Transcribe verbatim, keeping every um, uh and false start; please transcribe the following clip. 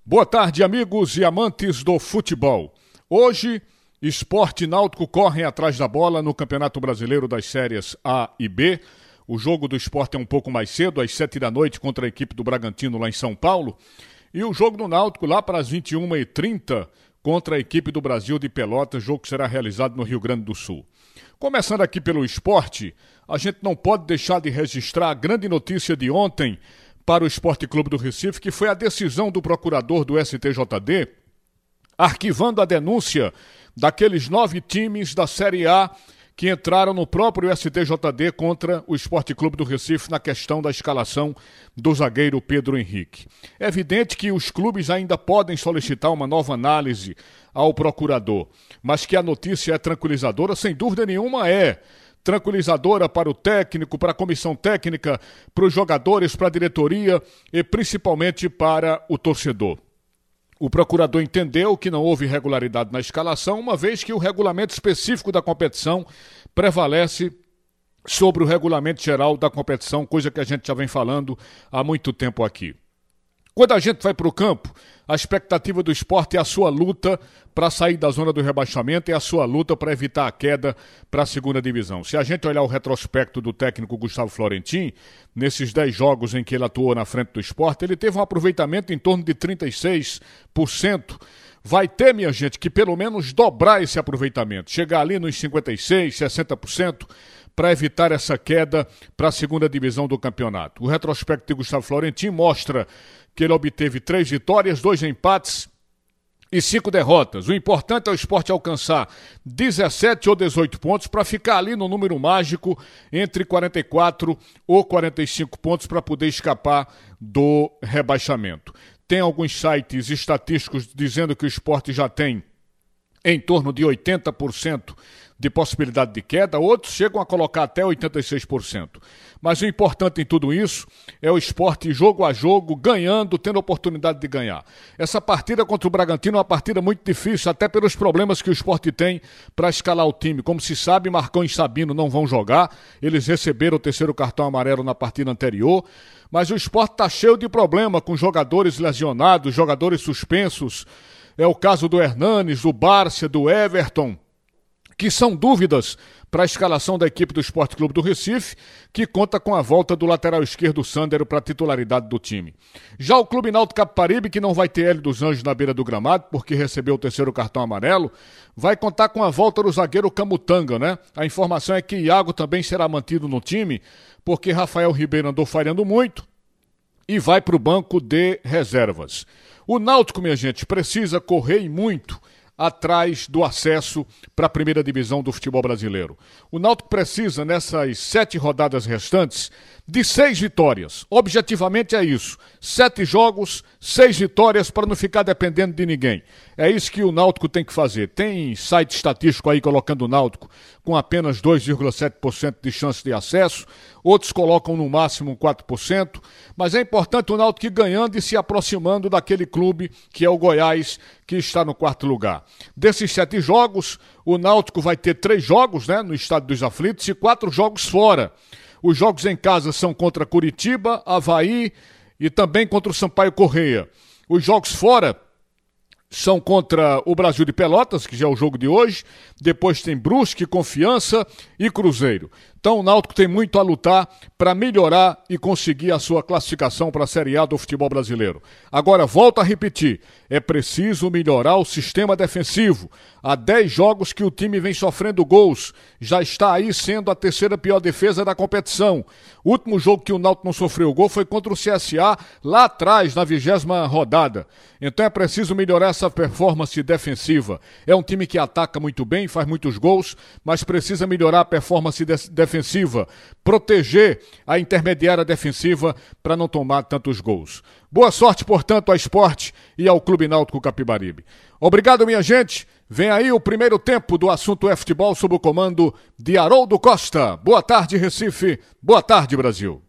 Boa tarde, amigos e amantes do futebol. Hoje, Sport e Náutico correm atrás da bola no Campeonato Brasileiro das séries A e B. O jogo do Sport é um pouco mais cedo, às sete da noite, contra a equipe do Bragantino lá em São Paulo. E o jogo do Náutico lá para as vinte e uma e trinta contra a equipe do Brasil de Pelotas, jogo que será realizado no Rio Grande do Sul. Começando aqui pelo Sport, a gente não pode deixar de registrar a grande notícia de ontem para o Esporte Clube do Recife, que foi a decisão do procurador do S T J D, arquivando a denúncia daqueles nove times da Série A que entraram no próprio S T J D contra o Esporte Clube do Recife na questão da escalação do zagueiro Pedro Henrique. É evidente que os clubes ainda podem solicitar uma nova análise ao procurador, mas que a notícia é tranquilizadora, sem dúvida nenhuma é. Tranquilizadora para o técnico, para a comissão técnica, para os jogadores, para a diretoria e principalmente para o torcedor. O procurador entendeu que não houve irregularidade na escalação, uma vez que o regulamento específico da competição prevalece sobre o regulamento geral da competição, coisa que a gente já vem falando há muito tempo aqui. Quando a gente vai para o campo, a expectativa do Sport é a sua luta para sair da zona do rebaixamento, é a sua luta para evitar a queda para a segunda divisão. Se a gente olhar o retrospecto do técnico Gustavo Florentin, nesses dez jogos em que ele atuou na frente do Sport, ele teve um aproveitamento em torno de trinta e seis por cento. Vai ter, minha gente, que pelo menos dobrar esse aproveitamento, chegar ali nos cinquenta e seis por cento, sessenta por cento, para evitar essa queda para a segunda divisão do campeonato. O retrospecto de Gustavo Florentin mostra que ele obteve três vitórias, dois empates e cinco derrotas. O importante é o Sport alcançar dezessete ou dezoito pontos para ficar ali no número mágico entre quarenta e quatro ou quarenta e cinco pontos para poder escapar do rebaixamento. Tem alguns sites estatísticos dizendo que o Sport já tem em torno de oitenta por cento de possibilidade de queda, outros chegam a colocar até oitenta e seis por cento. Mas o importante em tudo isso é o Sport jogo a jogo, ganhando, tendo oportunidade de ganhar. Essa partida contra o Bragantino é uma partida muito difícil, até pelos problemas que o Sport tem para escalar o time. Como se sabe, Marcão e Sabino não vão jogar, eles receberam o terceiro cartão amarelo na partida anterior, mas o Sport está cheio de problema com jogadores lesionados, jogadores suspensos. É o caso do Hernanes, do Bárcia, do Everton, que são dúvidas para a escalação da equipe do Sport Clube do Recife, que conta com a volta do lateral esquerdo Sandero para a titularidade do time. Já o Clube Náutico Capibaribe, que não vai ter Hélio dos Anjos na beira do gramado, porque recebeu o terceiro cartão amarelo, vai contar com a volta do zagueiro Camutanga, né? A informação é que Iago também será mantido no time, porque Rafael Ribeiro andou falhando muito e vai para o banco de reservas. O Náutico, minha gente, precisa correr e muito atrás do acesso para a primeira divisão do futebol brasileiro. O Náutico precisa, nessas sete rodadas restantes, de seis vitórias. Objetivamente é isso. Sete jogos, seis vitórias para não ficar dependendo de ninguém. É isso que o Náutico tem que fazer. Tem site estatístico aí colocando o Náutico com apenas dois vírgula sete por cento de chance de acesso. Outros colocam no máximo quatro por cento. Mas é importante o Náutico ir ganhando e se aproximando daquele clube que é o Goiás, que está no quarto lugar. Desses sete jogos, o Náutico vai ter três jogos, né, no Estádio dos Aflitos e quatro jogos fora. Os jogos em casa são contra Curitiba, Avaí e também contra o Sampaio Corrêa. Os jogos fora são contra o Brasil de Pelotas, que já é o jogo de hoje. Depois tem Brusque, Confiança e Cruzeiro. Então o Náutico tem muito a lutar para melhorar e conseguir a sua classificação para a Série A do futebol brasileiro. Agora, volto a repetir, é preciso melhorar o sistema defensivo. Há dez jogos que o time vem sofrendo gols. Já está aí sendo a terceira pior defesa da competição. O último jogo que o Náutico não sofreu gol foi contra o C S A, lá atrás, na vigésima rodada. Então é preciso melhorar essa performance defensiva. É um time que ataca muito bem, faz muitos gols, mas precisa melhorar a performance de- defensiva, proteger a intermediária defensiva para não tomar tantos gols. Boa sorte, portanto, ao Sport e ao Clube Náutico Capibaribe. Obrigado, minha gente. Vem aí o primeiro tempo do Assunto é Futebol sob o comando de Haroldo Costa. Boa tarde, Recife. Boa tarde, Brasil.